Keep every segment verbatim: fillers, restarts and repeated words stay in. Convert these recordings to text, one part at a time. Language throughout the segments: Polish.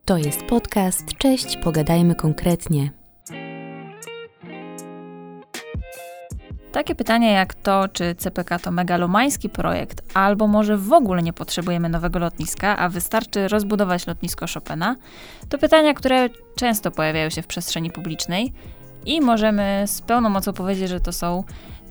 To jest podcast Cześć, pogadajmy konkretnie. Takie pytania jak to, czy C P K to megalomański projekt, albo może w ogóle nie potrzebujemy nowego lotniska, a wystarczy rozbudować lotnisko Chopina, to pytania, które często pojawiają się w przestrzeni publicznej i możemy z pełną mocą powiedzieć, że to są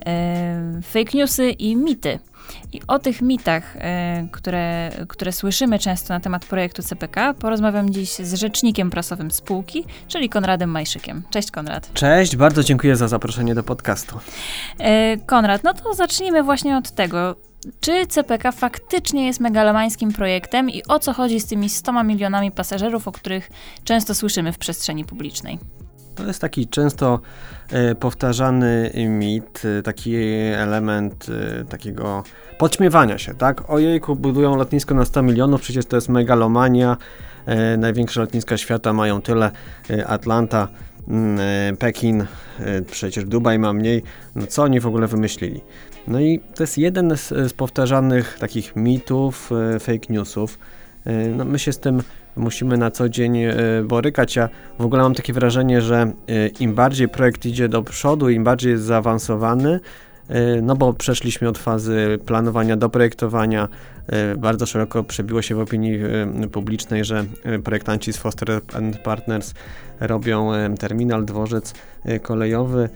e, fake newsy i mity. I o tych mitach, e, które, które słyszymy często na temat projektu C P K, porozmawiam dziś z rzecznikiem prasowym spółki, czyli Konradem Majszykiem. Cześć, Konrad. Cześć, bardzo dziękuję za zaproszenie do podcastu. E, Konrad, no to zacznijmy właśnie od tego. Czy C P K faktycznie jest megalomańskim projektem i o co chodzi z tymi stoma milionami pasażerów, o których często słyszymy w przestrzeni publicznej? To jest taki często e, powtarzany mit, e, taki element e, takiego podśmiewania się, tak? Ojejku, budują lotnisko na sto milionów, przecież to jest megalomania, e, największe lotniska świata mają tyle, e, Atlanta, e, Pekin, e, przecież Dubaj ma mniej, no co oni w ogóle wymyślili? No i to jest jeden z, z powtarzanych takich mitów, e, fake newsów. E, no my się z tym musimy na co dzień y, borykać. Ja w ogóle mam takie wrażenie, że y, im bardziej projekt idzie do przodu, im bardziej jest zaawansowany, y, no bo przeszliśmy od fazy planowania do projektowania, y, bardzo szeroko przebiło się w opinii y, publicznej, że y, projektanci z Foster and Partners robią y, terminal, dworzec y, kolejowy.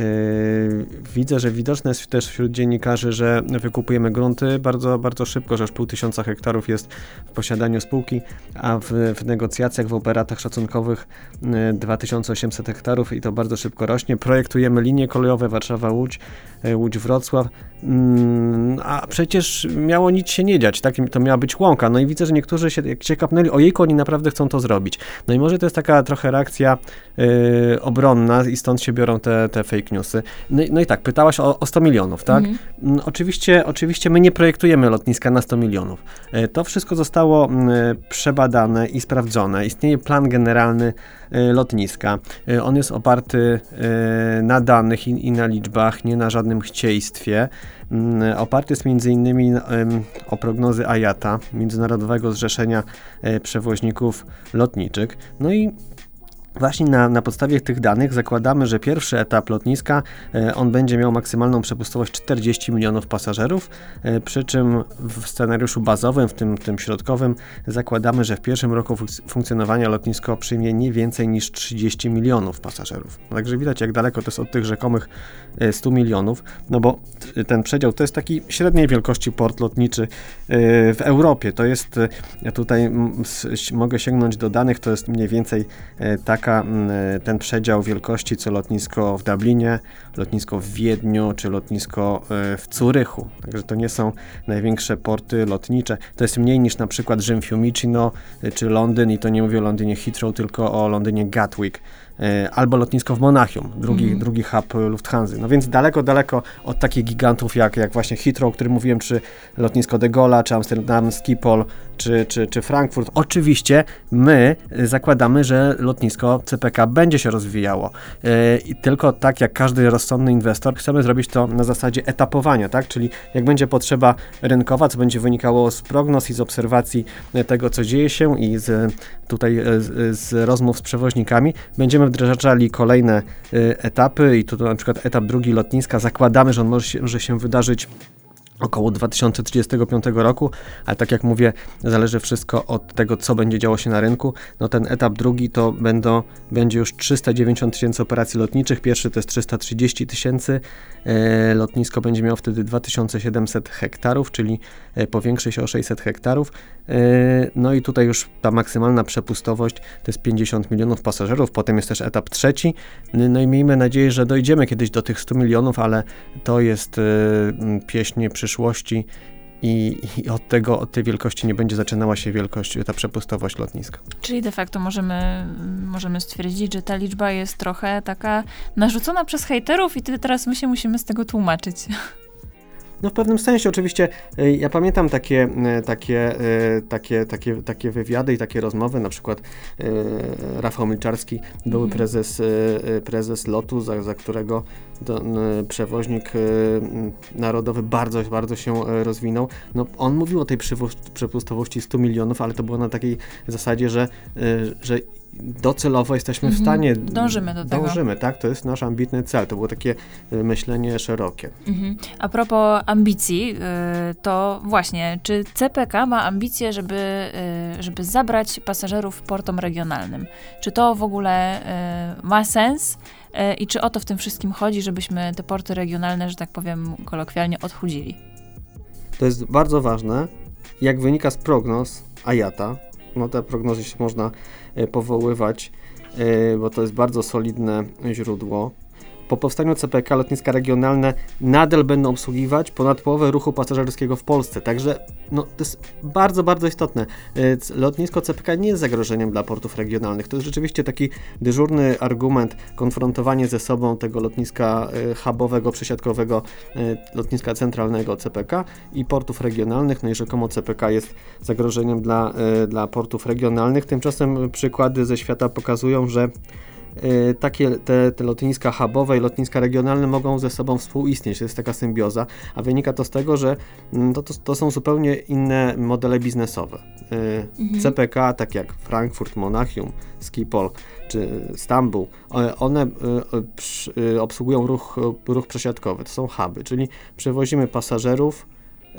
Yy, widzę, że widoczne jest też wśród dziennikarzy, że wykupujemy grunty bardzo, bardzo szybko, że już pół tysiąca hektarów jest w posiadaniu spółki, a w, w negocjacjach, w operatach szacunkowych yy, dwa tysiące osiemset hektarów i to bardzo szybko rośnie. Projektujemy linie kolejowe Warszawa-Łódź, yy, Łódź-Wrocław, yy, a przecież miało nic się nie dziać, tak? To miała być łąka. No i widzę, że niektórzy się, jak się kapnęli, ojejku, oni naprawdę chcą to zrobić. No i może to jest taka trochę reakcja yy, obronna i stąd się biorą te, te fake newsy. No i, no i tak, pytałaś o, o sto milionów, tak? Mhm. Oczywiście, oczywiście my nie projektujemy lotniska na sto milionów. E, to wszystko zostało m, przebadane i sprawdzone. Istnieje plan generalny e, lotniska. E, on jest oparty e, na danych i, i na liczbach, nie na żadnym chcieństwie. M, oparty jest między innymi e, o prognozy A I A T A, Międzynarodowego Zrzeszenia e, Przewoźników Lotniczych. No i właśnie na, na podstawie tych danych zakładamy, że pierwszy etap lotniska, e, on będzie miał maksymalną przepustowość czterdzieści milionów pasażerów, e, przy czym w scenariuszu bazowym, w tym, tym środkowym, zakładamy, że w pierwszym roku fun- funkcjonowania lotnisko przyjmie nie więcej niż trzydzieści milionów pasażerów. Także widać, jak daleko to jest od tych rzekomych e, stu milionów, no bo t- ten przedział to jest taki średniej wielkości port lotniczy e, w Europie. To jest, e, ja tutaj m, s- mogę sięgnąć do danych, to jest mniej więcej e, tak ten przedział wielkości co lotnisko w Dublinie, lotnisko w Wiedniu czy lotnisko w Zurychu. Także to nie są największe porty lotnicze. To jest mniej niż na przykład Rzym Fiumicino czy Londyn i to nie mówię o Londynie Heathrow, tylko o Londynie Gatwick. Albo lotnisko w Monachium, drugi, mm. drugi hub Lufthansy. No więc daleko, daleko od takich gigantów jak, jak właśnie Heathrow, o którym mówiłem, czy lotnisko de Gaulle'a, czy Amsterdam Schiphol, czy, czy, czy Frankfurt. Oczywiście my zakładamy, że lotnisko C P K będzie się rozwijało. I tylko tak jak każdy rozsądny inwestor chcemy zrobić to na zasadzie etapowania, tak? Czyli jak będzie potrzeba rynkowa, co będzie wynikało z prognoz i z obserwacji tego, co dzieje się i z, tutaj z, z rozmów z przewoźnikami, będziemy wdrażali kolejne y, etapy i tu na przykład etap drugi lotniska zakładamy, że on może się, może się wydarzyć około dwa tysiące trzydziestego piątego roku, ale tak jak mówię, zależy wszystko od tego, co będzie działo się na rynku. No ten etap drugi to będą, będzie już trzysta dziewięćdziesiąt tysięcy operacji lotniczych, pierwszy to jest trzysta trzydzieści tysięcy, e, lotnisko będzie miało wtedy dwa tysiące siedemset hektarów, czyli e, powiększy się o sześćset hektarów, e, no i tutaj już ta maksymalna przepustowość to jest pięćdziesiąt milionów pasażerów, potem jest też etap trzeci, no i miejmy nadzieję, że dojdziemy kiedyś do tych stu milionów, ale to jest e, pieśń przy przyszłości i, i od tego, od tej wielkości nie będzie zaczynała się wielkość, ta przepustowość lotniska. Czyli de facto możemy, możemy stwierdzić, że ta liczba jest trochę taka narzucona przez hejterów i teraz my się musimy z tego tłumaczyć. No w pewnym sensie oczywiście ja pamiętam takie, takie, takie, takie, takie wywiady i takie rozmowy, na przykład Rafał Milczarski, były mhm. prezes, prezes lotu, za, za którego to, przewoźnik narodowy bardzo, bardzo się rozwinął. No, on mówił o tej przepustowości stu milionów, ale to było na takiej zasadzie, że, że docelowo jesteśmy mhm. w stanie... Dążymy do tego. Dążymy, tak? To jest nasz ambitny cel. To było takie myślenie szerokie. Mhm. A propos ambicji, to właśnie, czy C P K ma ambicje, żeby, żeby zabrać pasażerów portom regionalnym? Czy to w ogóle ma sens? I czy o to w tym wszystkim chodzi, żebyśmy te porty regionalne, że tak powiem kolokwialnie, odchudzili? To jest bardzo ważne. Jak wynika z prognoz I A T A, no te prognozy się można powoływać, bo to jest bardzo solidne źródło. Po powstaniu C P K lotniska regionalne nadal będą obsługiwać ponad połowę ruchu pasażerskiego w Polsce, także no, to jest bardzo, bardzo istotne. Lotnisko C P K nie jest zagrożeniem dla portów regionalnych. To jest rzeczywiście taki dyżurny argument, konfrontowanie ze sobą tego lotniska hubowego, przesiadkowego, lotniska centralnego C P K i portów regionalnych. No i rzekomo C P K jest zagrożeniem dla, dla portów regionalnych. Tymczasem przykłady ze świata pokazują, że takie te, te lotniska hubowe i lotniska regionalne mogą ze sobą współistnieć. To jest taka symbioza, a wynika to z tego, że to, to, to są zupełnie inne modele biznesowe. Mhm. C P K, tak jak Frankfurt, Monachium, Schiphol czy Stambuł, one obsługują ruch, ruch przesiadkowy. To są huby, czyli przewozimy pasażerów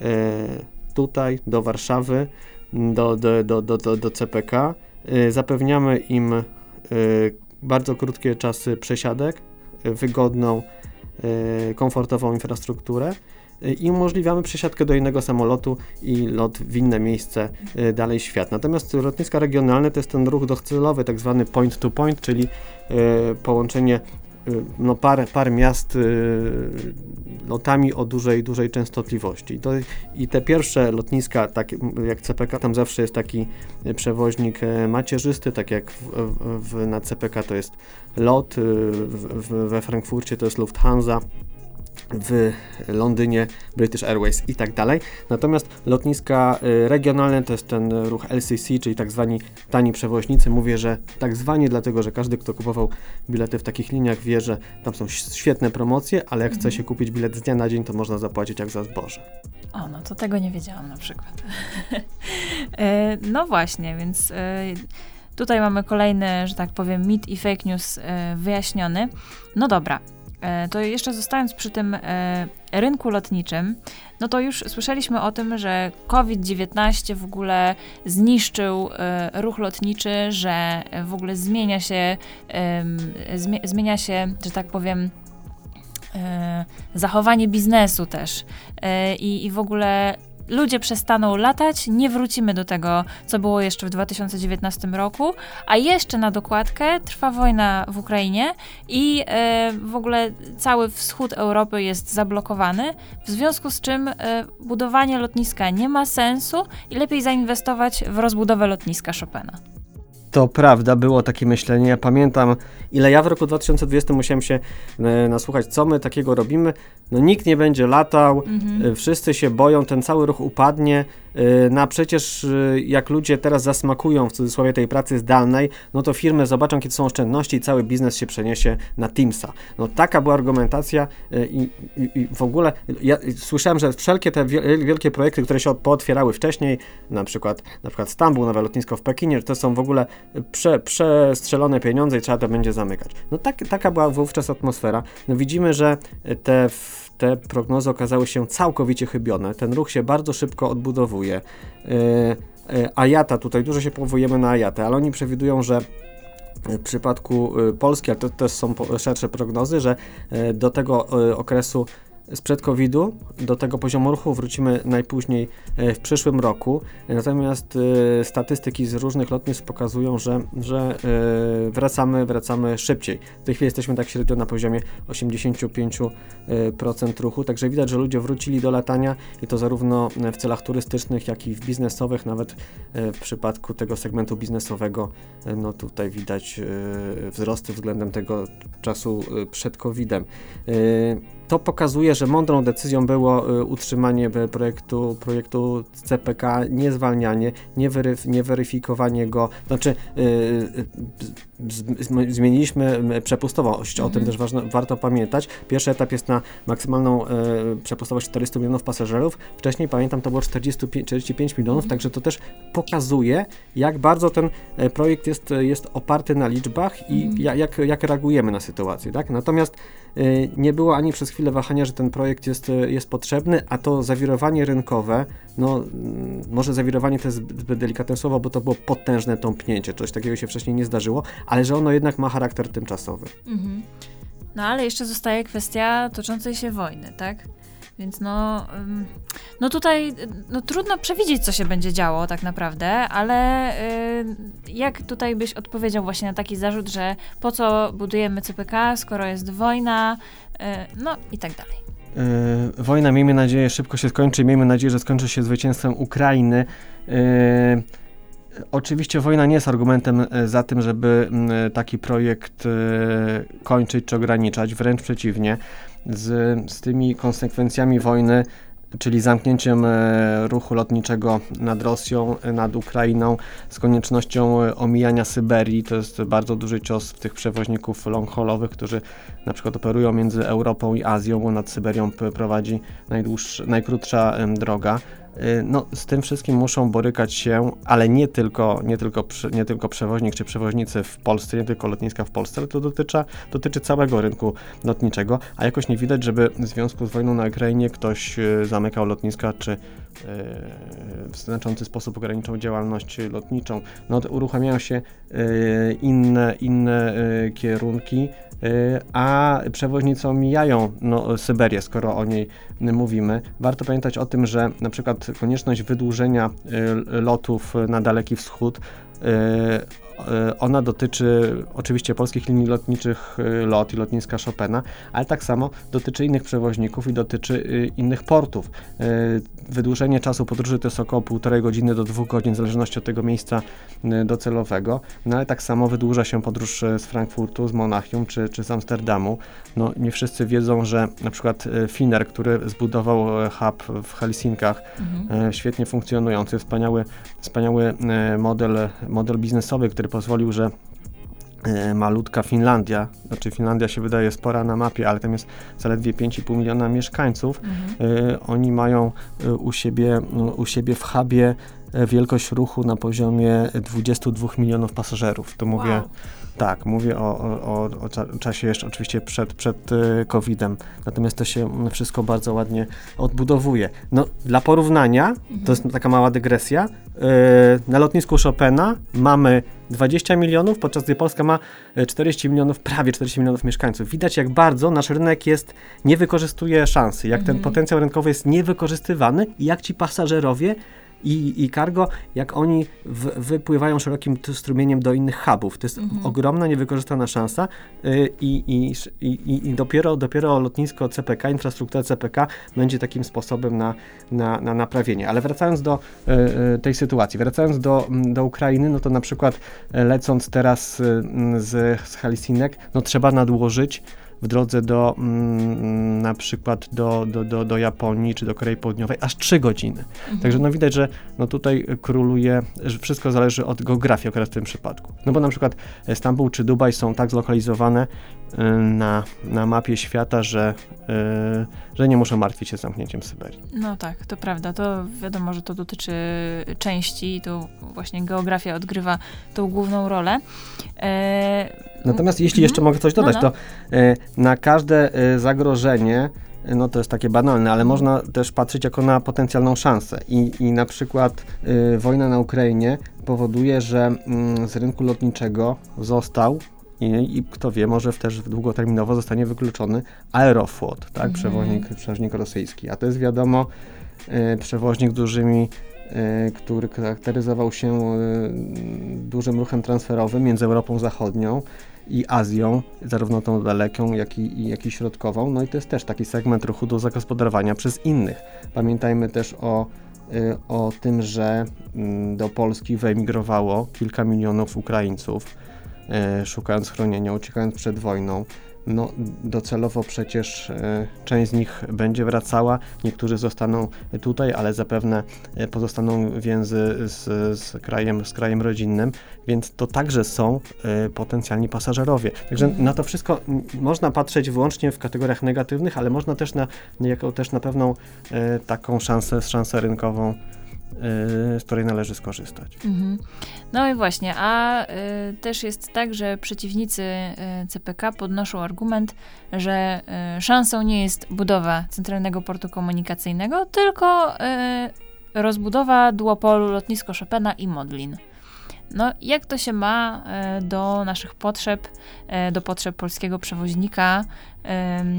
tutaj do Warszawy, do, do, do, do, do, do C P K, zapewniamy im bardzo krótkie czasy przesiadek, wygodną, komfortową infrastrukturę i umożliwiamy przesiadkę do innego samolotu i lot w inne miejsce, dalej świat. Natomiast lotniska regionalne to jest ten ruch docelowy, tak zwany point to point, czyli połączenie no, par, par miast y, lotami o dużej, dużej częstotliwości. I, to, I te pierwsze lotniska, tak jak C P K, tam zawsze jest taki przewoźnik macierzysty, tak jak w, w, na C P K to jest LOT, w, w, we Frankfurcie to jest Lufthansa, w Londynie British Airways i tak dalej. Natomiast lotniska regionalne to jest ten ruch L C C, czyli tak zwani tani przewoźnicy. Mówię, że tak zwani, dlatego że każdy, kto kupował bilety w takich liniach, wie, że tam są świetne promocje, ale jak chce się kupić bilet z dnia na dzień, to można zapłacić jak za zboże. O, no to tego nie wiedziałam na przykład. No właśnie, więc tutaj mamy kolejny, że tak powiem, mit i fake news wyjaśniony. No dobra. To jeszcze zostając przy tym e, rynku lotniczym, no to już słyszeliśmy o tym, że COVID dziewiętnaście w ogóle zniszczył e, ruch lotniczy, że w ogóle zmienia się, e, zmi- zmienia się, że tak powiem, e, zachowanie biznesu też e, i, i w ogóle ludzie przestaną latać, nie wrócimy do tego, co było jeszcze w dwa tysiące dziewiętnastym roku, a jeszcze na dokładkę trwa wojna w Ukrainie i e, w ogóle cały wschód Europy jest zablokowany, w związku z czym e, budowanie lotniska nie ma sensu i lepiej zainwestować w rozbudowę lotniska Chopina. To prawda, było takie myślenie. Ja pamiętam, ile ja w roku dwa tysiące dwudziestym musiałem się e, nasłuchać, co my takiego robimy. No nikt nie będzie latał, mm-hmm. e, wszyscy się boją, ten cały ruch upadnie. E, no a przecież e, jak ludzie teraz zasmakują w cudzysłowie tej pracy zdalnej, no to firmy zobaczą, kiedy są oszczędności i cały biznes się przeniesie na Teamsa. No taka była argumentacja e, i, i, i w ogóle ja słyszałem, że wszelkie te wielkie projekty, które się pootwierały wcześniej, na przykład, na przykład Stambuł, nowe lotnisko w Pekinie, to są w ogóle Prze, przestrzelone pieniądze i trzeba to będzie zamykać. No tak, taka była wówczas atmosfera. No widzimy, że te, te prognozy okazały się całkowicie chybione. Ten ruch się bardzo szybko odbudowuje. Yy, I A T A, tutaj dużo się powołujemy na I A T A, ale oni przewidują, że w przypadku Polski, ale to też są szersze prognozy, że do tego okresu sprzed kowida do tego poziomu ruchu wrócimy najpóźniej w przyszłym roku. Natomiast y, statystyki z różnych lotnisk pokazują, że, że y, wracamy, wracamy szybciej. W tej chwili jesteśmy tak średnio na poziomie osiemdziesiąt pięć procent ruchu, także widać, że ludzie wrócili do latania i to zarówno w celach turystycznych, jak i w biznesowych. Nawet y, w przypadku tego segmentu biznesowego, y, no tutaj widać y, wzrosty względem tego czasu y, przed kowidem. Y, to pokazuje, że mądrą decyzją było y, utrzymanie projektu, projektu C P K, nie zwalnianie, nie, weryf, nie weryfikowanie go, znaczy y, y, z, z, zmieniliśmy przepustowość, mhm. o tym też ważno, warto pamiętać. Pierwszy etap jest na maksymalną y, przepustowość czterysta milionów pasażerów, wcześniej pamiętam to było czterdzieści pięć, czterdzieści pięć milionów, mhm. także to też pokazuje, jak bardzo ten projekt jest, jest oparty na liczbach i mhm. jak, jak reagujemy na sytuację, tak? Natomiast y, nie było ani przez chwilę wahania, że ten projekt jest, jest potrzebny, a to zawirowanie rynkowe, no może zawirowanie to jest zbyt delikatne słowo, bo to było potężne tąpnięcie, coś takiego się wcześniej nie zdarzyło, ale że ono jednak ma charakter tymczasowy. Mhm. No ale jeszcze zostaje kwestia toczącej się wojny, tak? Więc no, no tutaj no trudno przewidzieć, co się będzie działo tak naprawdę, ale jak tutaj byś odpowiedział właśnie na taki zarzut, że po co budujemy C P K, skoro jest wojna, no i tak dalej. Yy, wojna, miejmy nadzieję, szybko się skończy, miejmy nadzieję, że skończy się zwycięstwem Ukrainy. Yy, Oczywiście wojna nie jest argumentem za tym, żeby taki projekt kończyć czy ograniczać, wręcz przeciwnie. Z, z tymi konsekwencjami wojny, czyli zamknięciem ruchu lotniczego nad Rosją, nad Ukrainą, z koniecznością omijania Syberii, to jest bardzo duży cios w tych przewoźników long-haulowych, którzy na przykład operują między Europą i Azją, bo nad Syberią prowadzi najdłuższa, najkrótsza droga. No, z tym wszystkim muszą borykać się, ale nie tylko, nie tylko, nie tylko przewoźnik czy przewoźnicy w Polsce, nie tylko lotniska w Polsce, ale to dotyczy, dotyczy całego rynku lotniczego, a jakoś nie widać, żeby w związku z wojną na Ukrainie ktoś zamykał lotniska czy w znaczący sposób ograniczał działalność lotniczą. No, uruchamiają się inne, inne kierunki, a przewoźnicy omijają no, Syberię, skoro o niej mówimy. Warto pamiętać o tym, że na przykład konieczność wydłużenia lotów na Daleki Wschód, ona dotyczy oczywiście polskich linii lotniczych L O T i lotniska Chopina, ale tak samo dotyczy innych przewoźników i dotyczy innych portów. Wydłużenie czasu podróży to jest około półtorej godziny do dwóch godzin, w zależności od tego miejsca docelowego, no ale tak samo wydłuża się podróż z Frankfurtu, z Monachium czy, czy z Amsterdamu. No nie wszyscy wiedzą, że na przykład Finnair, który zbudował hub w Helsinkach, mhm. świetnie funkcjonujący, wspaniały, wspaniały model, model biznesowy, który pozwolił, że malutka Finlandia, znaczy Finlandia się wydaje spora na mapie, ale tam jest zaledwie pięć i pół miliona mieszkańców. Mhm. Y, oni mają u siebie, u siebie w hubie wielkość ruchu na poziomie dwudziestu dwóch milionów pasażerów. To mówię, wow. tak, mówię o, o, o czasie jeszcze oczywiście przed, przed kowidem. Natomiast to się wszystko bardzo ładnie odbudowuje. No, dla porównania, mhm. to jest taka mała dygresja, yy, na lotnisku Chopina mamy dwadzieścia milionów, podczas gdy Polska ma czterdzieści milionów, prawie czterdzieści milionów mieszkańców. Widać, jak bardzo nasz rynek jest, nie wykorzystuje szansy, jak mhm. ten potencjał rynkowy jest niewykorzystywany i jak ci pasażerowie I, i cargo, jak oni w, wypływają szerokim strumieniem do innych hubów. To jest mhm. ogromna, niewykorzystana szansa yy, i, i, i, i dopiero, dopiero lotnisko C P K, infrastruktura C P K będzie takim sposobem na, na, na naprawienie. Ale wracając do yy, tej sytuacji, wracając do, do Ukrainy, no to na przykład lecąc teraz yy, z, z Helsinek, no trzeba nadłożyć w drodze do mm, na przykład do, do, do, do Japonii czy do Korei Południowej aż trzy godziny. Mhm. Także no widać, że no tutaj króluje, że wszystko zależy od geografii akurat w tym przypadku. No bo na przykład Stambuł czy Dubaj są tak zlokalizowane y, na, na mapie świata, że, y, że nie muszą martwić się zamknięciem Syberii. No tak, to prawda. To wiadomo, że to dotyczy części i tu właśnie geografia odgrywa tą główną rolę. E, Natomiast jeśli jeszcze mogę coś dodać, no, no. to y, na każde y, zagrożenie, y, no to jest takie banalne, ale można też patrzeć jako na potencjalną szansę. I, i na przykład y, wojna na Ukrainie powoduje, że y, z rynku lotniczego został i, i kto wie, może też długoterminowo zostanie wykluczony Aeroflot, tak, mm. przewoźnik, przewoźnik rosyjski. A to jest wiadomo y, przewoźnik z dużymi który charakteryzował się dużym ruchem transferowym między Europą Zachodnią i Azją, zarówno tą daleką, jak i, jak i środkową. No i to jest też taki segment ruchu do zagospodarowania przez innych. Pamiętajmy też o, o tym, że do Polski wyemigrowało kilka milionów Ukraińców, szukając schronienia, uciekając przed wojną. no docelowo przecież e, część z nich będzie wracała, niektórzy zostaną tutaj, ale zapewne e, pozostaną więzy z, z, krajem, z krajem rodzinnym, więc to także są e, potencjalni pasażerowie. Także mhm. na to wszystko m, można patrzeć wyłącznie w kategoriach negatywnych, ale można też na, jako też na pewną e, taką szansę, szansę rynkową, z której należy skorzystać. Mhm. No i właśnie, a y, też jest tak, że przeciwnicy y, C P K podnoszą argument, że y, szansą nie jest budowa Centralnego Portu Komunikacyjnego, tylko y, rozbudowa duopolu lotnisko Chopina i Modlin. No, jak to się ma y, do naszych potrzeb, y, do potrzeb polskiego przewoźnika y,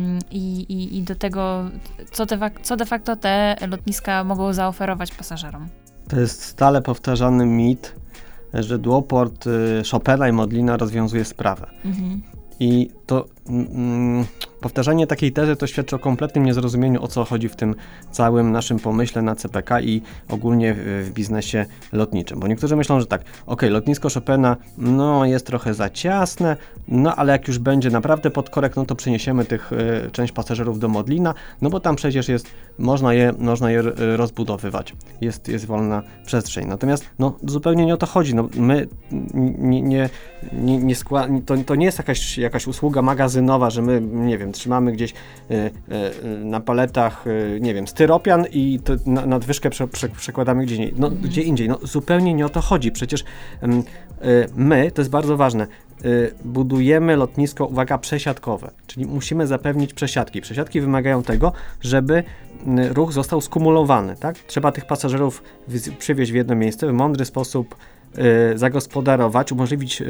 i, i do tego, co de, co de facto te lotniska mogą zaoferować pasażerom? To jest stale powtarzany mit, że duoport y, Chopina i Modlina rozwiązuje sprawę. Mhm. I to mm, powtarzanie takiej tezy to świadczy o kompletnym niezrozumieniu, o co chodzi w tym całym naszym pomyśle na C P K i ogólnie w, w biznesie lotniczym. Bo niektórzy myślą, że tak, ok, lotnisko Chopina no, jest trochę za ciasne, no ale jak już będzie naprawdę pod korek, no to przeniesiemy tych y, część pasażerów do Modlina, no bo tam przecież jest, można je, można je rozbudowywać. Jest, jest wolna przestrzeń. Natomiast no, zupełnie nie o to chodzi. No, my nie, nie, nie, nie skła- to, to nie jest jakaś, jakaś usługa magazynowa, że my, nie wiem, trzymamy gdzieś y, y, na paletach, y, nie wiem, styropian i to na, nadwyżkę prze, prze, przekładamy gdzie indziej. No, mm. gdzie indziej. No, zupełnie nie o to chodzi. Przecież y, y, my, to jest bardzo ważne, y, budujemy lotnisko, uwaga, przesiadkowe, czyli musimy zapewnić przesiadki. Przesiadki wymagają tego, żeby y, ruch został skumulowany, tak? Trzeba tych pasażerów w, przywieźć w jedno miejsce w mądry sposób, Y, zagospodarować, umożliwić y,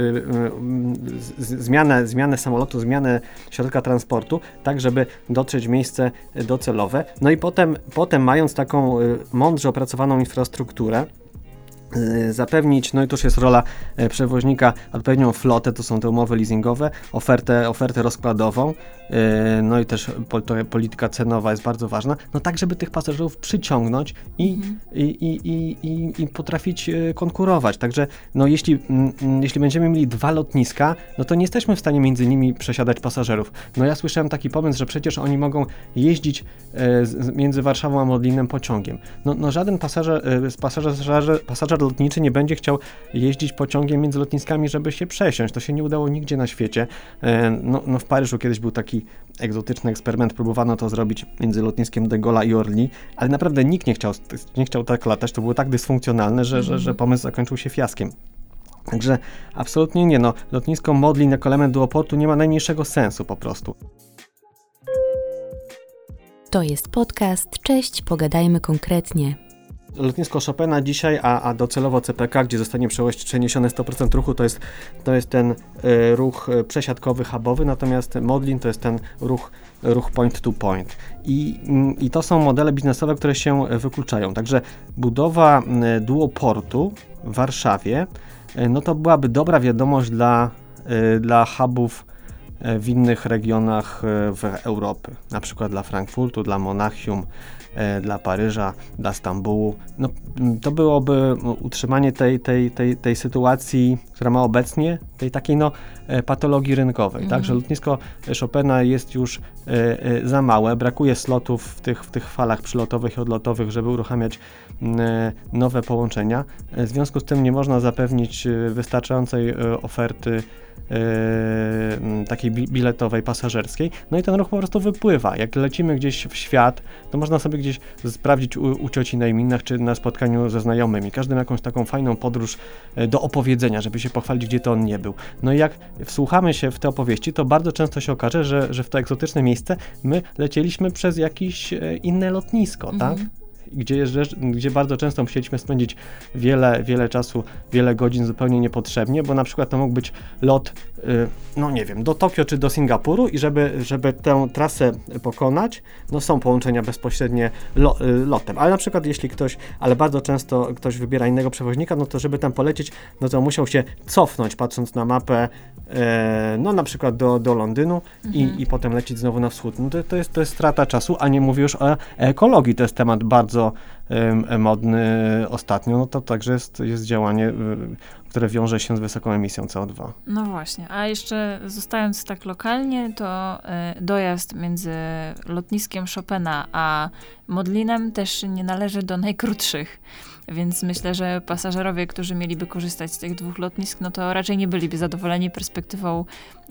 y, z, zmianę, zmianę samolotu, zmianę środka transportu, tak żeby dotrzeć w miejsce docelowe. No i potem, potem mając taką y, mądrze opracowaną infrastrukturę, zapewnić, no i to już jest rola przewoźnika, odpowiednią flotę, to są te umowy leasingowe, ofertę, ofertę rozkładową, no i też polityka cenowa jest bardzo ważna, no tak, żeby tych pasażerów przyciągnąć i, mhm. i, i, i, i, i potrafić konkurować. Także no jeśli, jeśli będziemy mieli dwa lotniska, no to nie jesteśmy w stanie między nimi przesiadać pasażerów. No ja słyszałem taki pomysł, że przecież oni mogą jeździć między Warszawą a Modlinem pociągiem. No, no żaden pasażer, pasażer, pasażer lotniczy nie będzie chciał jeździć pociągiem między lotniskami, żeby się przesiąść. To się nie udało nigdzie na świecie. No, no w Paryżu kiedyś był taki egzotyczny eksperyment, próbowano to zrobić między lotniskiem de Gaulle'a i Orly, ale naprawdę nikt nie chciał, nie chciał tak latać, to było tak dysfunkcjonalne, że, że, że pomysł zakończył się fiaskiem. Także absolutnie nie, no lotnisko Modlin jako element duoportu nie ma najmniejszego sensu po prostu. To jest podcast Cześć, pogadajmy konkretnie. Lotnisko Chopina dzisiaj, a, a docelowo C P K, gdzie zostanie przeniesione sto procent ruchu, to jest, to jest ten y, ruch przesiadkowy, hubowy, natomiast Modlin to jest ten ruch, ruch point to point. I, I to są modele biznesowe, które się wykluczają. Także budowa y, duoportu w Warszawie, y, no to byłaby dobra wiadomość dla, y, dla hubów y, w innych regionach y, w Europy, na przykład dla Frankfurtu, dla Monachium, dla Paryża, dla Stambułu. No, to byłoby utrzymanie tej, tej, tej, tej sytuacji, która ma obecnie, tej takiej no, patologii rynkowej. Mm. Tak? Że lotnisko Chopina jest już e, e, za małe, brakuje slotów w tych, w tych falach przylotowych i odlotowych, żeby uruchamiać e, nowe połączenia. W związku z tym nie można zapewnić wystarczającej e, oferty Yy, takiej biletowej, pasażerskiej, no i ten ruch po prostu wypływa. Jak lecimy gdzieś w świat, to można sobie gdzieś sprawdzić u, u cioci na imieninach, czy na spotkaniu ze znajomymi. Każdy ma jakąś taką fajną podróż do opowiedzenia, żeby się pochwalić, gdzie to on nie był. No i jak wsłuchamy się w te opowieści, to bardzo często się okaże, że, że w to egzotyczne miejsce my lecieliśmy przez jakieś inne lotnisko, mhm. tak? Gdzie, gdzie bardzo często musieliśmy spędzić wiele, wiele czasu, wiele godzin zupełnie niepotrzebnie, bo na przykład to mógł być lot, no nie wiem, do Tokio czy do Singapuru i żeby, żeby tę trasę pokonać, no są połączenia bezpośrednie lo, lotem, ale na przykład jeśli ktoś, ale bardzo często ktoś wybiera innego przewoźnika, no to żeby tam polecieć, no to musiał się cofnąć, patrząc na mapę, no na przykład do, do Londynu mhm. i, i potem lecieć znowu na wschód. No to, to, jest, to jest strata czasu, a nie mówię już o ekologii, to jest temat bardzo bardzo y, modny ostatnio, no to także jest, jest działanie, y, które wiąże się z wysoką emisją C O dwa. No właśnie, a jeszcze zostając tak lokalnie, to y, dojazd między lotniskiem Chopina a Modlinem też nie należy do najkrótszych. Więc myślę, że pasażerowie, którzy mieliby korzystać z tych dwóch lotnisk, no to raczej nie byliby zadowoleni perspektywą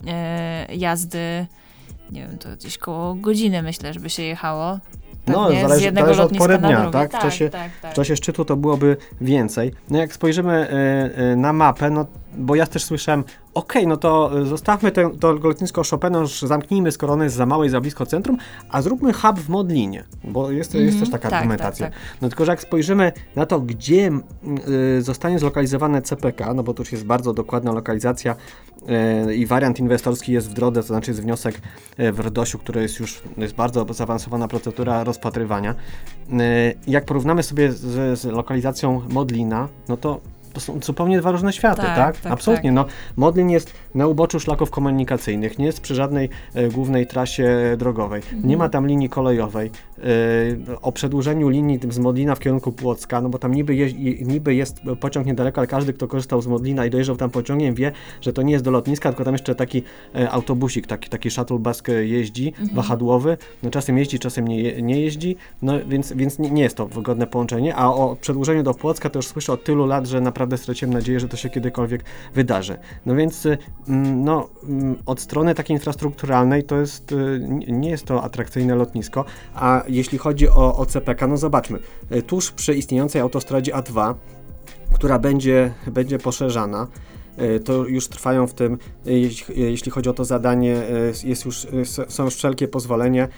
e, jazdy, nie wiem, to gdzieś koło godziny, myślę, żeby się jechało. No, Pewnie zależy, z jednego zależy od lotniska pory na dnia, drugie. tak? W, Tak, czasie, tak, tak. w czasie szczytu to byłoby więcej. No jak spojrzymy y, y, na mapę, no bo ja też słyszałem, okej, okay, no to zostawmy te, to lotnisko Chopina, już zamknijmy, skoro ono jest za małe i za blisko centrum, a zróbmy hub w Modlinie, bo jest, mm-hmm, jest też taka tak, argumentacja. Tak, tak. No tylko, że jak spojrzymy na to, gdzie y, zostanie zlokalizowane C P K, no bo tu już jest bardzo dokładna lokalizacja y, i wariant inwestorski jest w drodze, to znaczy jest wniosek y, w RDOŚ-u, który jest już, jest bardzo zaawansowana procedura rozpatrywania. Y, jak porównamy sobie z, z lokalizacją Modlina, no to to są zupełnie dwa różne światy, tak? tak? tak Absolutnie. Tak. No, Modlin jest na uboczu szlaków komunikacyjnych, nie jest przy żadnej e, głównej trasie drogowej, mhm. nie ma tam linii kolejowej. E, o przedłużeniu linii z Modlina w kierunku Płocka, no bo tam niby, je, niby jest pociąg niedaleko, ale każdy, kto korzystał z Modlina i dojeżdżał tam pociągiem, wie, że to nie jest do lotniska, tylko tam jeszcze taki e, autobusik, taki, taki shuttle bus jeździ, mhm. wahadłowy, no czasem jeździ, czasem nie, nie jeździ, no więc, więc nie, nie jest to wygodne połączenie, a o przedłużeniu do Płocka to już słyszę od tylu lat, że naprawdę straciłem nadzieję, że to się kiedykolwiek wydarzy. No więc no, od strony takiej infrastrukturalnej to jest, nie jest to atrakcyjne lotnisko, a jeśli chodzi o, o C P K, no zobaczmy, tuż przy istniejącej autostradzie A dwa, która będzie, będzie poszerzana, to już trwają w tym, jeśli chodzi o to zadanie, jest już, są już wszelkie pozwolenia,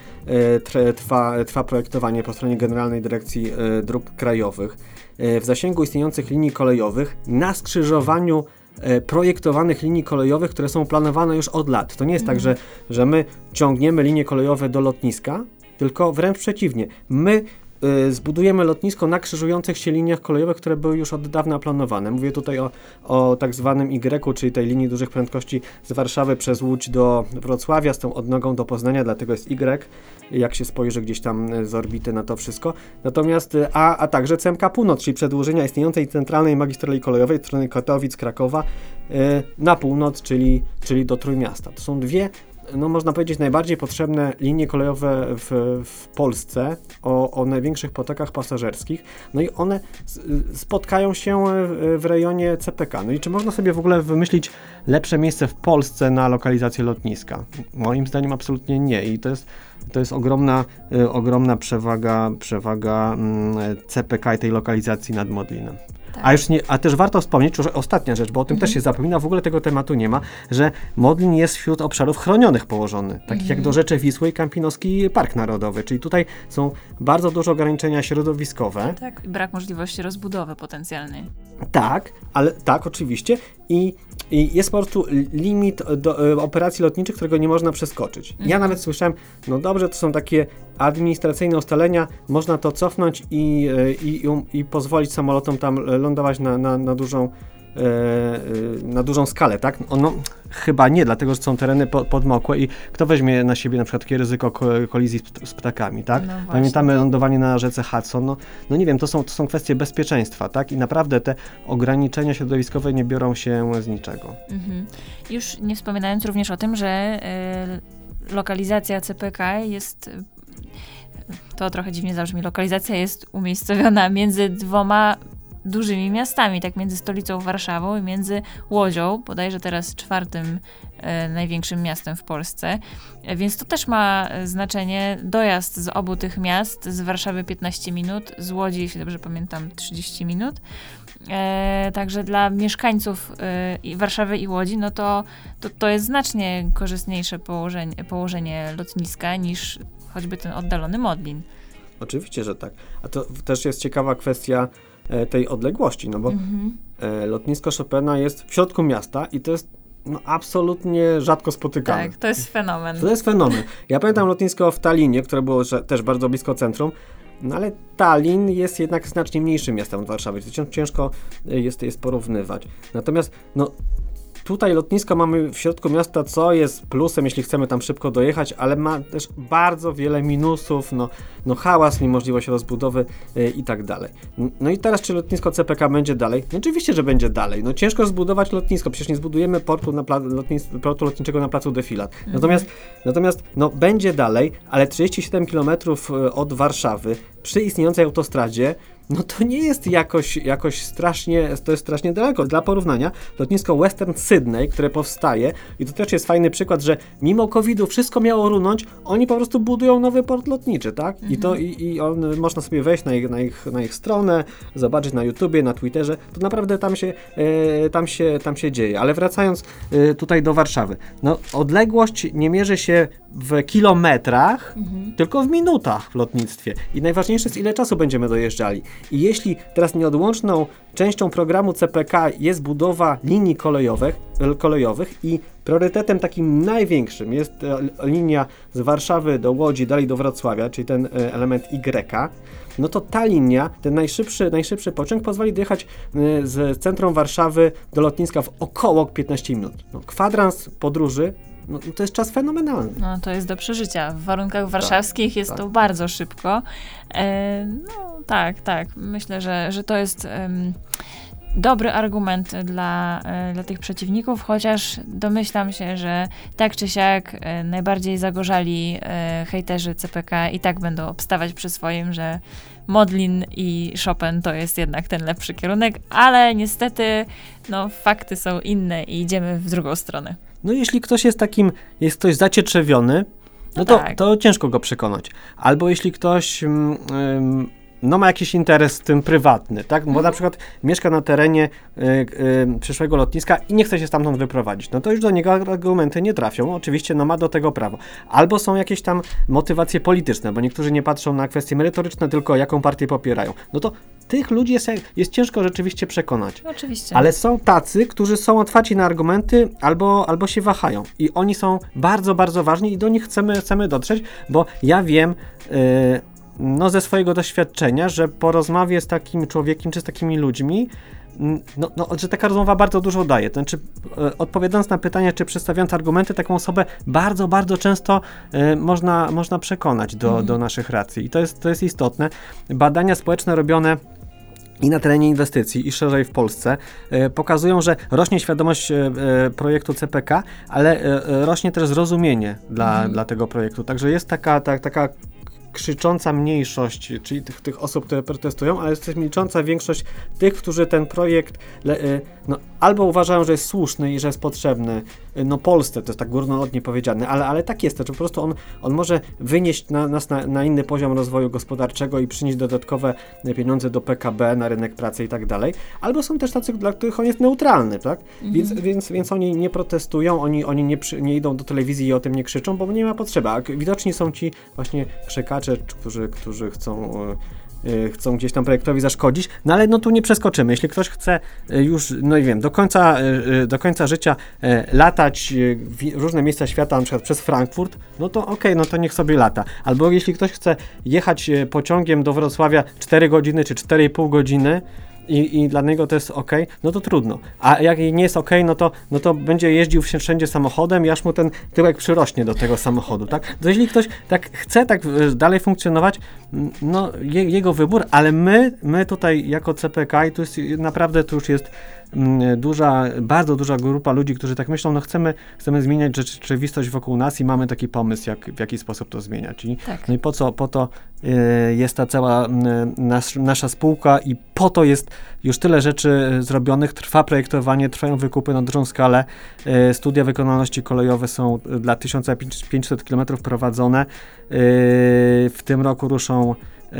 trwa, trwa projektowanie po stronie Generalnej Dyrekcji Dróg Krajowych. W zasięgu istniejących linii kolejowych na skrzyżowaniu projektowanych linii kolejowych, które są planowane już od lat. To nie jest mm. tak, że, że my ciągniemy linie kolejowe do lotniska, tylko wręcz przeciwnie. My zbudujemy lotnisko na krzyżujących się liniach kolejowych, które były już od dawna planowane. Mówię tutaj o, o tak zwanym Y, czyli tej linii dużych prędkości z Warszawy przez Łódź do Wrocławia, z tą odnogą do Poznania, dlatego jest Y, jak się spojrzy gdzieś tam z orbity na to wszystko. Natomiast, a, a także C M K Północ, czyli przedłużenia istniejącej centralnej magistrali kolejowej od strony Katowic, Krakowa yy, na północ, czyli, czyli do Trójmiasta. To są dwie, no można powiedzieć, najbardziej potrzebne linie kolejowe w, w Polsce o, o największych potokach pasażerskich, no i one z, spotkają się w, w rejonie C P K. No i czy można sobie w ogóle wymyślić lepsze miejsce w Polsce na lokalizację lotniska? Moim zdaniem absolutnie nie i to jest To jest ogromna, y, ogromna przewaga, przewaga y, C P K i tej lokalizacji nad Modlinem. Tak. A, już nie, a też warto wspomnieć, że ostatnia rzecz, bo o tym mhm. też się zapomina, w ogóle tego tematu nie ma, że Modlin jest wśród obszarów chronionych położony, takich mhm. jak Dorzecze Wisły i Kampinoski Park Narodowy, czyli tutaj są bardzo duże ograniczenia środowiskowe. Tak, brak możliwości rozbudowy potencjalnej. Tak, ale tak, oczywiście. I, i jest po prostu limit do, y, operacji lotniczych, którego nie można przeskoczyć. Mhm. Ja nawet słyszałem, no dobrze, to są takie administracyjne ustalenia, można to cofnąć i, y, i, i, i pozwolić samolotom tam lądować na, na, na dużą na dużą skalę, tak? No, chyba nie, dlatego, że są tereny po, podmokłe i kto weźmie na siebie na przykład takie ryzyko kolizji z, z ptakami, tak? No pamiętamy lądowanie na rzece Hudson, no, no nie wiem, to są, to są kwestie bezpieczeństwa, tak? I naprawdę te ograniczenia środowiskowe nie biorą się z niczego. Mhm. Już nie wspominając również o tym, że y, lokalizacja C P K jest, to trochę dziwnie zabrzmi, lokalizacja jest umiejscowiona między dwoma dużymi miastami, tak między stolicą Warszawą i między Łodzią, bodajże teraz czwartym e, największym miastem w Polsce, e, więc to też ma znaczenie. Dojazd z obu tych miast, z Warszawy piętnaście minut, z Łodzi, jeśli dobrze pamiętam, trzydzieści minut. E, także dla mieszkańców e, i Warszawy i Łodzi, no to, to, to jest znacznie korzystniejsze położenie, położenie lotniska niż choćby ten oddalony Modlin. Oczywiście, że tak. A to też jest ciekawa kwestia tej odległości, no bo mhm. lotnisko Chopina jest w środku miasta i to jest no, absolutnie rzadko spotykane. Tak, to jest fenomen. To jest fenomen. Ja pamiętam lotnisko w Tallinie, które było też bardzo blisko centrum, no ale Tallin jest jednak znacznie mniejszym miastem od Warszawy, to ciężko jest, jest porównywać. Natomiast no tutaj lotnisko mamy w środku miasta, co jest plusem, jeśli chcemy tam szybko dojechać, ale ma też bardzo wiele minusów, no, no hałas, niemożliwość rozbudowy yy, i tak dalej. No i teraz, czy lotnisko C P K będzie dalej? No oczywiście, że będzie dalej. No ciężko zbudować lotnisko, przecież nie zbudujemy portu, na pla- lotnis- portu lotniczego na placu Defilat. Mhm. Natomiast, natomiast no będzie dalej, ale trzydzieści siedem kilometrów od Warszawy przy istniejącej autostradzie, no to nie jest jakoś, jakoś strasznie, to jest strasznie daleko. Dla porównania, lotnisko Western Sydney, które powstaje, i to też jest fajny przykład, że mimo kowida wszystko miało runąć, oni po prostu budują nowy port lotniczy, tak? Mhm. I to i, i on, można sobie wejść na ich, na, ich, na ich stronę, zobaczyć na YouTubie, na Twitterze, to naprawdę tam się, e, tam się, tam się dzieje. Ale wracając e, tutaj do Warszawy, no odległość nie mierzy się w kilometrach, mhm. tylko w minutach w lotnictwie. I najważniejsze jest, ile czasu będziemy dojeżdżali. I jeśli teraz nieodłączną częścią programu C P K jest budowa linii kolejowych, kolejowych i priorytetem takim największym jest linia z Warszawy do Łodzi, dalej do Wrocławia, czyli ten element Y, no to ta linia, ten najszybszy, najszybszy pociąg pozwoli dojechać z centrum Warszawy do lotniska w około piętnaście minut. No, kwadrans podróży, no, to jest czas fenomenalny. No to jest do przeżycia. W warunkach warszawskich tak, jest tak. to bardzo szybko. E, no tak, tak. Myślę, że, że to jest um, dobry argument dla, e, dla tych przeciwników, chociaż domyślam się, że tak czy siak e, najbardziej zagorzali e, hejterzy C P K i tak będą obstawać przy swoim, że Modlin i Chopin to jest jednak ten lepszy kierunek, ale niestety no, fakty są inne i idziemy w drugą stronę. No jeśli ktoś jest takim, jest ktoś zacietrzewiony, no, no to, tak. to ciężko go przekonać. Albo jeśli ktoś ym, ym, no ma jakiś interes w tym prywatny, tak? Bo mhm. na przykład mieszka na terenie y, y, przyszłego lotniska i nie chce się stamtąd wyprowadzić. No to już do niego argumenty nie trafią. Oczywiście no ma do tego prawo. Albo są jakieś tam motywacje polityczne, bo niektórzy nie patrzą na kwestie merytoryczne, tylko jaką partię popierają. No to tych ludzi jest, jest ciężko rzeczywiście przekonać. Oczywiście. Ale są tacy, którzy są otwarci na argumenty albo, albo się wahają. I oni są bardzo, bardzo ważni i do nich chcemy, chcemy dotrzeć, bo ja wiem yy, no ze swojego doświadczenia, że po rozmowie z takim człowiekiem czy z takimi ludźmi, no, no, że taka rozmowa bardzo dużo daje. To znaczy, e, odpowiadając na pytanie, czy przedstawiając argumenty, taką osobę bardzo, bardzo często e, można, można przekonać do, mhm. do naszych racji. I to jest, to jest istotne. Badania społeczne robione i na terenie inwestycji, i szerzej w Polsce, e, pokazują, że rośnie świadomość e, projektu C P K, ale e, rośnie też zrozumienie dla, mhm. dla tego projektu. Także jest taka, ta, taka krzycząca mniejszość, czyli tych, tych osób, które protestują, ale jest też milcząca większość tych, którzy ten projekt le, no, albo uważają, że jest słuszny i że jest potrzebny, no Polsce, to jest tak górnolotnie powiedziane, ale, ale tak jest, to po prostu on, on może wynieść na, nas na, na inny poziom rozwoju gospodarczego i przynieść dodatkowe pieniądze do P K B, na rynek pracy i tak dalej, albo są też tacy, dla których on jest neutralny, tak? Mhm. Więc, więc, więc oni nie protestują, oni, oni nie, przy, nie idą do telewizji i o tym nie krzyczą, bo nie ma potrzeby, a widoczni są ci właśnie krzykacze, Którzy, którzy chcą, yy, chcą gdzieś tam projektowi zaszkodzić, no ale no tu nie przeskoczymy. Jeśli ktoś chce już, no i wiem, do końca, yy, do końca życia yy, latać w różne miejsca świata, na przykład przez Frankfurt, no to okej, okay, no to niech sobie lata. Albo jeśli ktoś chce jechać pociągiem do Wrocławia cztery godziny czy cztery i pół godziny, I, i dla niego to jest ok, no to trudno. A jak nie jest ok, no to, no to będzie jeździł wszędzie samochodem i aż mu ten tyłek przyrośnie do tego samochodu, tak? To jeśli ktoś tak chce tak dalej funkcjonować, no je, jego wybór, ale my, my tutaj jako C P K i tu jest naprawdę, tu już jest duża, bardzo duża grupa ludzi, którzy tak myślą, no chcemy, chcemy zmieniać rzeczywistość wokół nas i mamy taki pomysł, jak, w jaki sposób to zmieniać. I, tak. No i po co, po to y, jest ta cała y, nas, nasza spółka i po to jest już tyle rzeczy zrobionych, trwa projektowanie, trwają wykupy na dużą skalę, y, studia wykonalności kolejowe są dla tysiąc pięćset kilometrów prowadzone, y, w tym roku ruszą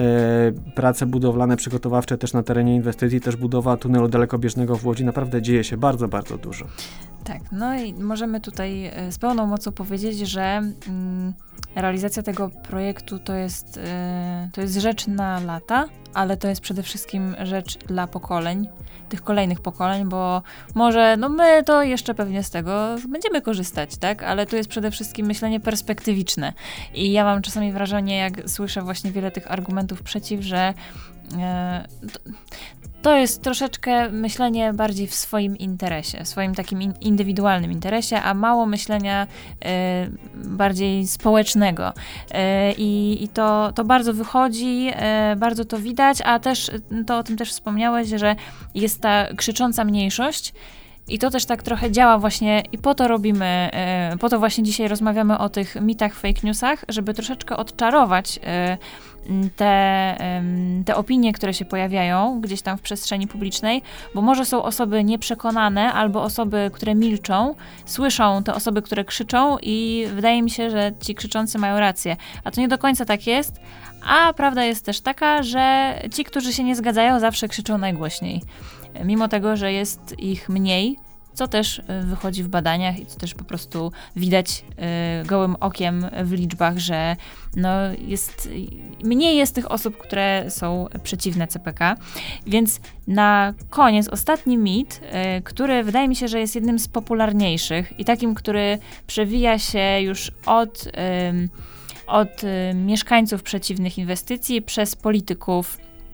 E, prace budowlane, przygotowawcze też na terenie inwestycji, też budowa tunelu dalekobieżnego w Łodzi. Naprawdę dzieje się bardzo, bardzo dużo. Tak, no i możemy tutaj z pełną mocą powiedzieć, że mm, realizacja tego projektu to jest, y, to jest rzecz na lata, ale to jest przede wszystkim rzecz dla pokoleń, tych kolejnych pokoleń, bo może, no my to jeszcze pewnie z tego będziemy korzystać, tak, ale to jest przede wszystkim myślenie perspektywiczne i ja mam czasami wrażenie, jak słyszę właśnie wiele tych argumentów przeciw, że y, to, to jest troszeczkę myślenie bardziej w swoim interesie, w swoim takim in, indywidualnym interesie, a mało myślenia y, bardziej społecznego. Y, I i to, to bardzo wychodzi, y, bardzo to widać, a też, to o tym też wspomniałeś, że jest ta krzycząca mniejszość. I to też tak trochę działa właśnie i po to robimy, y, po to właśnie dzisiaj rozmawiamy o tych mitach, fake newsach, żeby troszeczkę odczarować y, te, y, te opinie, które się pojawiają gdzieś tam w przestrzeni publicznej, bo może są osoby nieprzekonane albo osoby, które milczą, słyszą te osoby, które krzyczą i wydaje mi się, że ci krzyczący mają rację. A to nie do końca tak jest, a prawda jest też taka, że ci, którzy się nie zgadzają, zawsze krzyczą najgłośniej. Mimo tego, że jest ich mniej, co też wychodzi w badaniach i co też po prostu widać y, gołym okiem w liczbach, że no jest, mniej jest tych osób, które są przeciwne C P K. Więc na koniec ostatni mit, y, który wydaje mi się, że jest jednym z popularniejszych i takim, który przewija się już od, y, od y, mieszkańców przeciwnych inwestycji przez polityków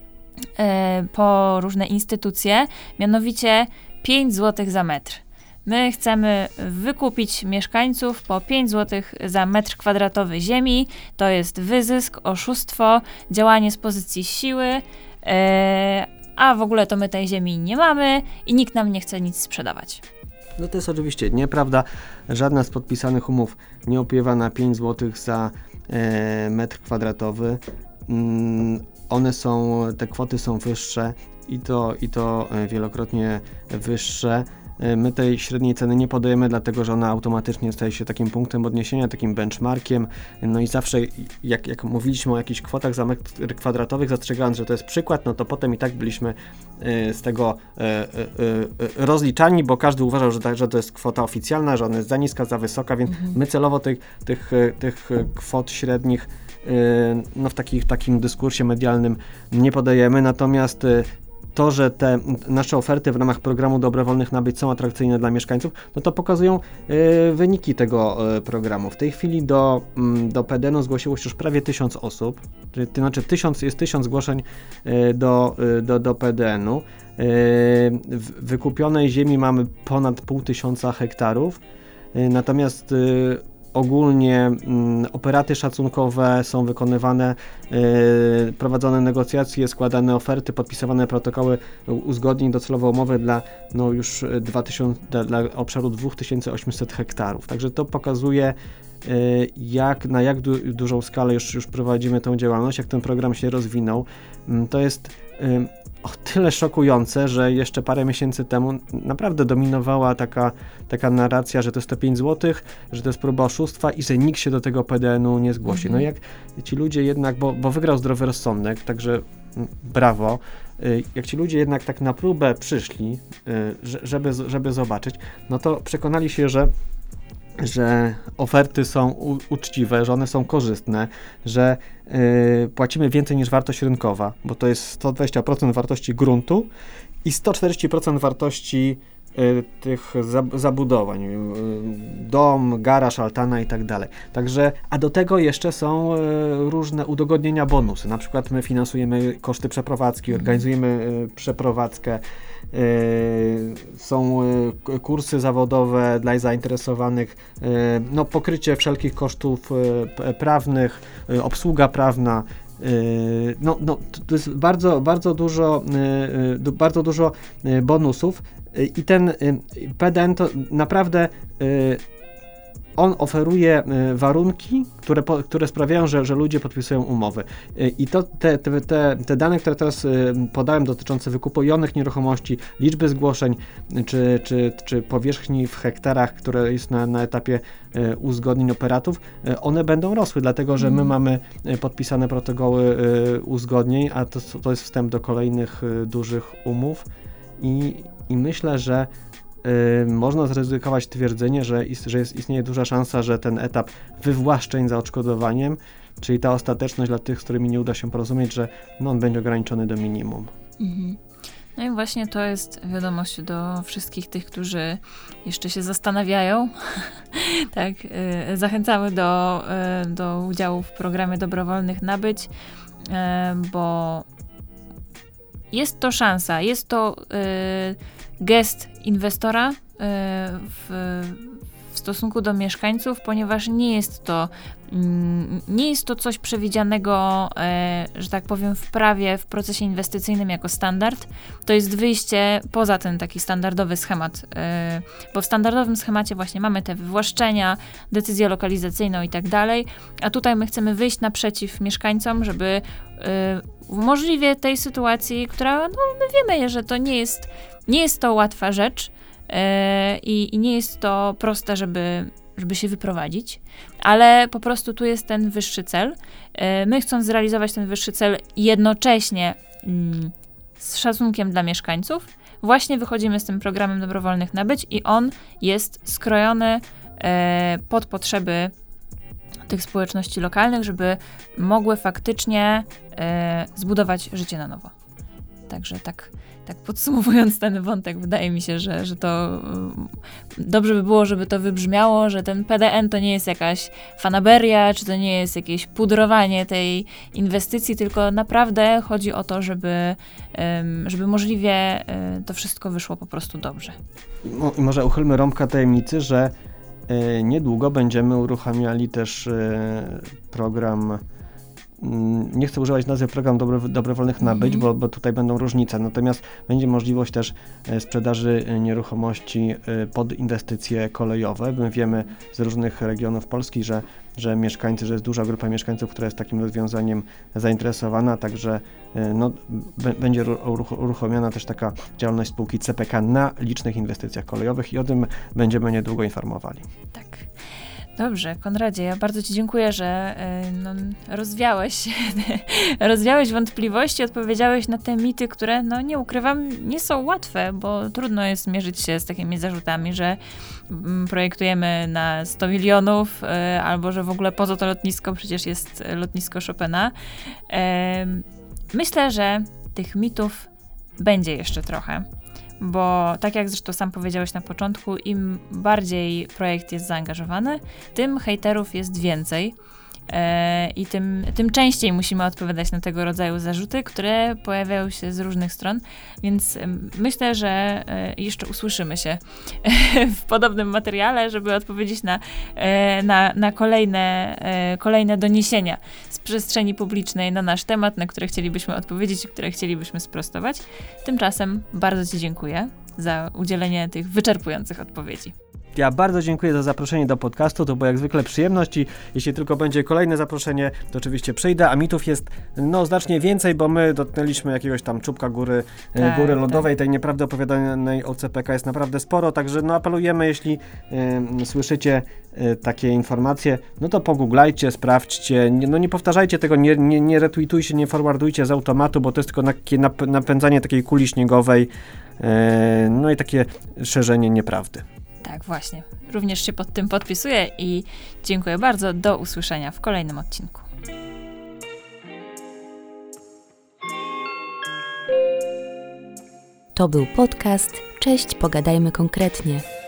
po różne instytucje, mianowicie pięć złotych za metr. My chcemy wykupić mieszkańców po pięć złotych za metr kwadratowy ziemi. To jest wyzysk, oszustwo, działanie z pozycji siły, a w ogóle to my tej ziemi nie mamy i nikt nam nie chce nic sprzedawać. No to jest oczywiście nieprawda. Żadna z podpisanych umów nie opiewa na pięć złotych za e, metr kwadratowy. Mm, One są, te kwoty są wyższe i to, i to wielokrotnie wyższe. My tej średniej ceny nie podajemy, dlatego że ona automatycznie staje się takim punktem odniesienia, takim benchmarkiem. No i zawsze, jak, jak mówiliśmy o jakichś kwotach za metr kwadratowych, zastrzegając, że to jest przykład, no to potem i tak byliśmy z tego rozliczani, bo każdy uważał, że, że to jest kwota oficjalna, że ona jest za niska, za wysoka, więc mhm. my celowo tych, tych, tych kwot średnich no w takich, takim dyskursie medialnym nie podajemy, natomiast to, że te nasze oferty w ramach programu dobrowolnych nabyć są atrakcyjne dla mieszkańców, no to pokazują y, wyniki tego y, programu. W tej chwili do, y, do P D N u zgłosiło się już prawie tysiąc osób, to znaczy tysiąc, jest tysiąc zgłoszeń y, do, y, do, do P D N u. Y, w wykupionej ziemi mamy ponad pół tysiąca hektarów, y, natomiast y, ogólnie mm, operaty szacunkowe są wykonywane, yy, prowadzone negocjacje, składane oferty, podpisywane protokoły uzgodnień, docelowo umowy dla no już dwa tysiące, dla, dla obszaru dwa tysiące osiemset hektarów. Także to pokazuje, yy, jak, na jak du, dużą skalę już, już prowadzimy tę działalność, jak ten program się rozwinął. Yy, to jest yy, o tyle szokujące, że jeszcze parę miesięcy temu naprawdę dominowała taka, taka narracja, że to jest to pięć złotych, że to jest próba oszustwa i że nikt się do tego P D N u nie zgłosi. No jak ci ludzie jednak, bo, bo wygrał zdrowy rozsądek, także brawo, jak ci ludzie jednak tak na próbę przyszli, żeby, żeby zobaczyć, no to przekonali się, że że oferty są u, uczciwe, że one są korzystne, że y, płacimy więcej niż wartość rynkowa, bo to jest sto dwadzieścia procent wartości gruntu i sto czterdzieści procent wartości y, tych zabudowań, y, dom, garaż, altana i tak dalej. Także, a do tego jeszcze są y, różne udogodnienia, bonusy. Na przykład my finansujemy koszty przeprowadzki, organizujemy y, przeprowadzkę, Yy, są yy, kursy zawodowe dla zainteresowanych, yy, no, pokrycie wszelkich kosztów yy, prawnych, yy, obsługa prawna. Yy, no, no, to jest bardzo, bardzo dużo, yy, bardzo dużo yy, bonusów yy, i ten yy, P D N to naprawdę yy, on oferuje y, warunki, które, po, które sprawiają, że, że ludzie podpisują umowy. Y, I to te, te, te, te dane, które teraz y, podałem dotyczące wykupowanych nieruchomości, liczby zgłoszeń, y, czy, czy, czy powierzchni w hektarach, które jest na, na etapie y, uzgodnień operatów, y, one będą rosły, dlatego że my mm. mamy y, podpisane protokoły y, uzgodnień, a to, to jest wstęp do kolejnych y, dużych umów i, i myślę, że Yy, można zaryzykować twierdzenie, że, ist, że jest, istnieje duża szansa, że ten etap wywłaszczeń za odszkodowaniem, czyli ta ostateczność dla tych, z którymi nie uda się porozumieć, że no, on będzie ograniczony do minimum. Mhm. No i właśnie to jest wiadomość do wszystkich tych, którzy jeszcze się zastanawiają. Tak, yy, zachęcamy do, yy, do udziału w programie dobrowolnych nabyć, yy, bo jest to szansa, jest to y, gest inwestora y, w, w stosunku do mieszkańców, ponieważ nie jest to, mm, nie jest to coś przewidzianego, y, że tak powiem, w prawie, w procesie inwestycyjnym jako standard. To jest wyjście poza ten taki standardowy schemat, y, bo w standardowym schemacie właśnie mamy te wywłaszczenia, decyzję lokalizacyjną i tak dalej, a tutaj my chcemy wyjść naprzeciw mieszkańcom, żeby y, w możliwie tej sytuacji, która, no my wiemy, że to nie jest, nie jest to łatwa rzecz yy, i nie jest to proste, żeby, żeby się wyprowadzić, ale po prostu tu jest ten wyższy cel. Yy, my chcąc zrealizować ten wyższy cel jednocześnie yy, z szacunkiem dla mieszkańców, właśnie wychodzimy z tym programem dobrowolnych nabyć i on jest skrojony yy, pod potrzeby tych społeczności lokalnych, żeby mogły faktycznie e, zbudować życie na nowo. Także tak, tak podsumowując ten wątek, wydaje mi się, że, że to y, dobrze by było, żeby to wybrzmiało, że ten P D N to nie jest jakaś fanaberia, czy to nie jest jakieś pudrowanie tej inwestycji, tylko naprawdę chodzi o to, żeby, y, żeby możliwie y, to wszystko wyszło po prostu dobrze. I może uchylmy rąbka tajemnicy, że niedługo będziemy uruchamiali też program, nie chcę używać nazwy program dobro, dobrowolnych nabyć, mm-hmm. bo, bo tutaj będą różnice, natomiast będzie możliwość też sprzedaży nieruchomości pod inwestycje kolejowe. My wiemy z różnych regionów Polski, że, że mieszkańcy, że jest duża grupa mieszkańców, która jest takim rozwiązaniem zainteresowana, także no, b- będzie uruchomiona też taka działalność spółki C P K na licznych inwestycjach kolejowych i o tym będziemy niedługo informowali. Tak. Dobrze, Konradzie, ja bardzo Ci dziękuję, że no, rozwiałeś, rozwiałeś wątpliwości, odpowiedziałeś na te mity, które, no nie ukrywam, nie są łatwe, bo trudno jest mierzyć się z takimi zarzutami, że mm, projektujemy na sto milionów, y, albo że w ogóle poza to lotnisko przecież jest lotnisko Chopina. Y, myślę, że tych mitów będzie jeszcze trochę. Bo tak jak zresztą sam powiedziałeś na początku, im bardziej projekt jest zaangażowany, tym hejterów jest więcej e, i tym, tym częściej musimy odpowiadać na tego rodzaju zarzuty, które pojawiają się z różnych stron, więc e, myślę, że e, jeszcze usłyszymy się w podobnym materiale, żeby odpowiedzieć na, e, na, na kolejne, e, kolejne doniesienia z przestrzeni publicznej na nasz temat, na które chcielibyśmy odpowiedzieć i które chcielibyśmy sprostować. Tymczasem bardzo Ci dziękuję za udzielenie tych wyczerpujących odpowiedzi. Ja bardzo dziękuję za zaproszenie do podcastu, to było jak zwykle przyjemność i jeśli tylko będzie kolejne zaproszenie, to oczywiście przyjdę, a mitów jest no znacznie więcej, bo my dotknęliśmy jakiegoś tam czubka góry, tak, góry lądowej, tak. Tej nieprawdy opowiadanej o C P K jest naprawdę sporo, także no apelujemy, jeśli y, słyszycie y, takie informacje, no to pogooglajcie, sprawdźcie, nie, no nie powtarzajcie tego, nie, nie, nie retweetujcie, nie forwardujcie z automatu, bo to jest tylko nap- napędzanie takiej kuli śniegowej, y, no i takie szerzenie nieprawdy. Tak, właśnie. Również się pod tym podpisuję i dziękuję bardzo. Do usłyszenia w kolejnym odcinku. To był podcast Cześć, pogadajmy konkretnie.